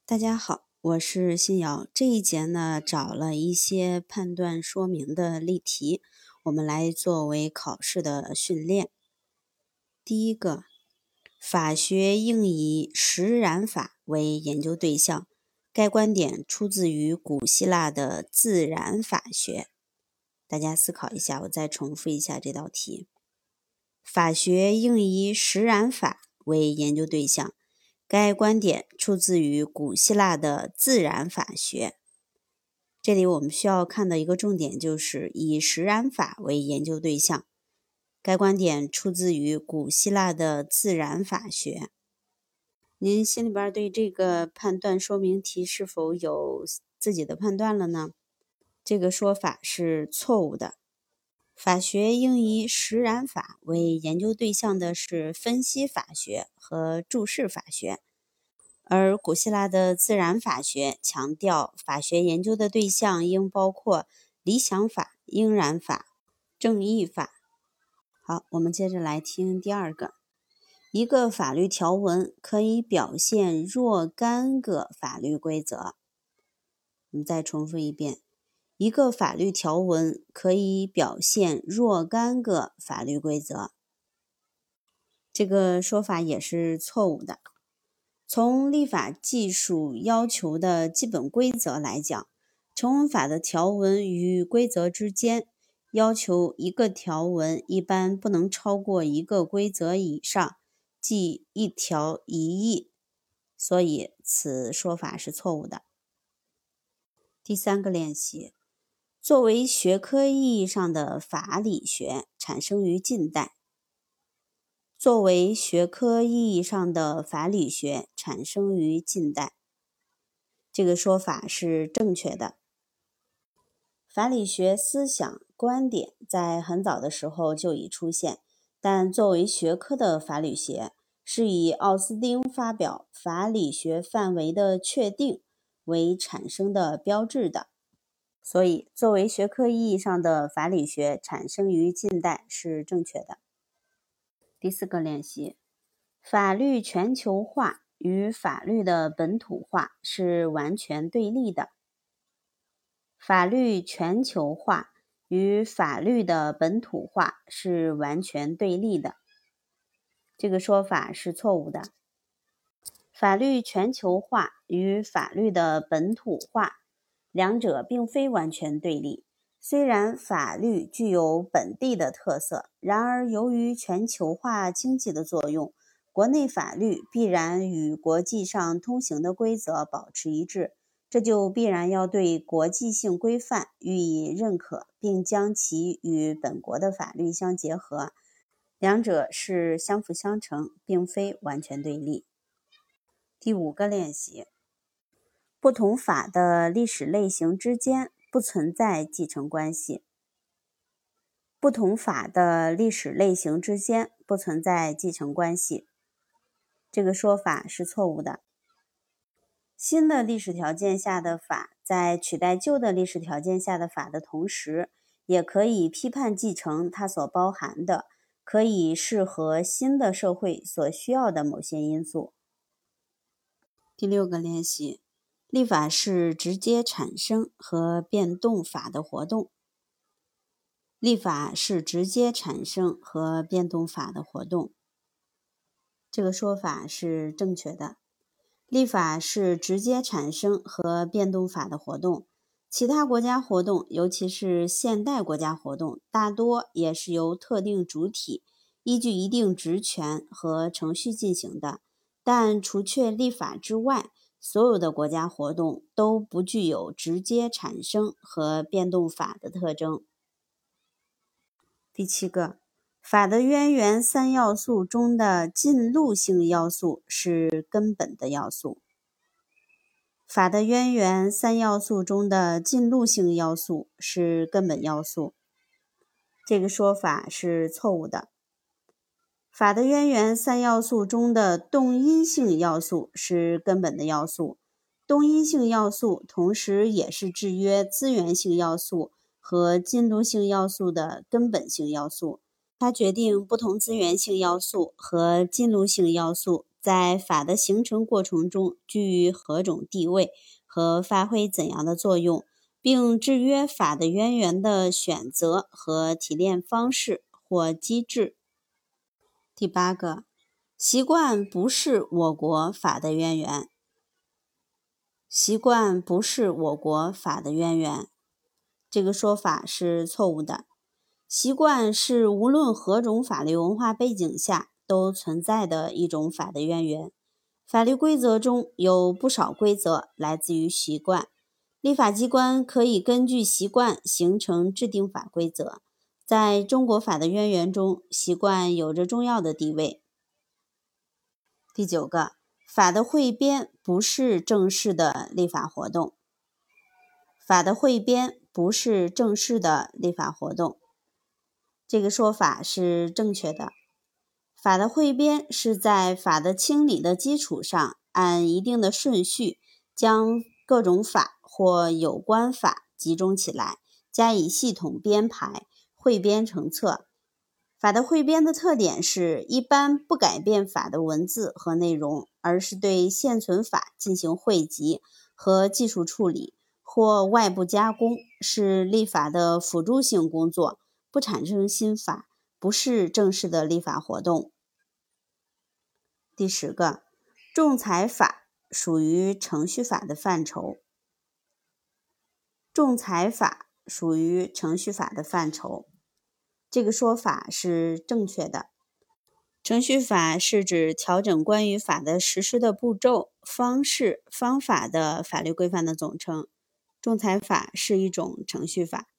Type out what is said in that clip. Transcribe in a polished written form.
大家好，我是新瑶。这一节呢，找了一些判断说明的例题，我们来作为考试的训练。第一个，法学应以实然法为研究对象，该观点出自于古希腊的自然法学。大家思考一下，我再重复一下这道题。法学应以实然法为研究对象，该观点出自于古希腊的自然法学。这里我们需要看的一个重点就是以实然法为研究对象，该观点出自于古希腊的自然法学。您心里边对这个判断说明题是否有自己的判断了呢？这个说法是错误的。法学应以实然法为研究对象的是分析法学和注释法学，而古希腊的自然法学强调法学研究的对象应包括理想法、应然法、正义法。好，我们接着来听第二个。一个法律条文可以表现若干个法律规则。我们再重复一遍。一个法律条文可以表现若干个法律规则。这个说法也是错误的。从立法技术要求的基本规则来讲，成文法的条文与规则之间，要求一个条文一般不能超过一个规则以上，即一条一义，所以此说法是错误的。第三个练习。作为学科意义上的法理学产生于近代。作为学科意义上的法理学产生于近代，这个说法是正确的。法理学思想观点在很早的时候就已出现，但作为学科的法理学是以奥斯丁发表法理学范围的确定为产生的标志的。所以，作为学科意义上的法理学产生于近代是正确的。第四个练习，法律全球化与法律的本土化是完全对立的。法律全球化与法律的本土化是完全对立的。这个说法是错误的。法律全球化与法律的本土化两者并非完全对立，虽然法律具有本地的特色，然而由于全球化经济的作用，国内法律必然与国际上通行的规则保持一致，这就必然要对国际性规范予以认可，并将其与本国的法律相结合，两者是相辅相成，并非完全对立。第五个练习。不同法的历史类型之间不存在继承关系。不同法的历史类型之间不存在继承关系。这个说法是错误的。新的历史条件下的法，在取代旧的历史条件下的法的同时，也可以批判继承它所包含的，可以适合新的社会所需要的某些因素。第六个练习。立法是直接产生和变动法的活动。立法是直接产生和变动法的活动。这个说法是正确的。立法是直接产生和变动法的活动。其他国家活动，尤其是现代国家活动，大多也是由特定主体依据一定职权和程序进行的，但除却立法之外，所有的国家活动都不具有直接产生和变动法的特征。第七个，法的渊源三要素中的近路性要素是根本的要素。法的渊源三要素中的近路性要素是根本要素。这个说法是错误的。法的渊源三要素中的动因性要素是根本的要素。动因性要素同时也是制约资源性要素和进度性要素的根本性要素，它决定不同资源性要素和进度性要素在法的形成过程中居于何种地位和发挥怎样的作用，并制约法的渊源的选择和提炼方式或机制。第8个，习惯不是我国法的渊源。习惯不是我国法的渊源，这个说法是错误的。习惯是无论何种法律文化背景下都存在的一种法的渊源。法律规则中有不少规则来自于习惯，立法机关可以根据习惯形成制定法规则。在中国法的渊源中，习惯有着重要的地位。第9个，法的汇编不是正式的立法活动。法的汇编不是正式的立法活动，这个说法是正确的。法的汇编是在法的清理的基础上，按一定的顺序，将各种法或有关法集中起来，加以系统编排，汇编成册。法的汇编的特点是一般不改变法的文字和内容，而是对现存法进行汇集和技术处理或外部加工，是立法的辅助性工作，不产生新法，不是正式的立法活动。第10个，仲裁法属于程序法的范畴。仲裁法属于程序法的范畴，这个说法是正确的。程序法是指调整关于法的实施的步骤、方式、方法的法律规范的总称。仲裁法是一种程序法。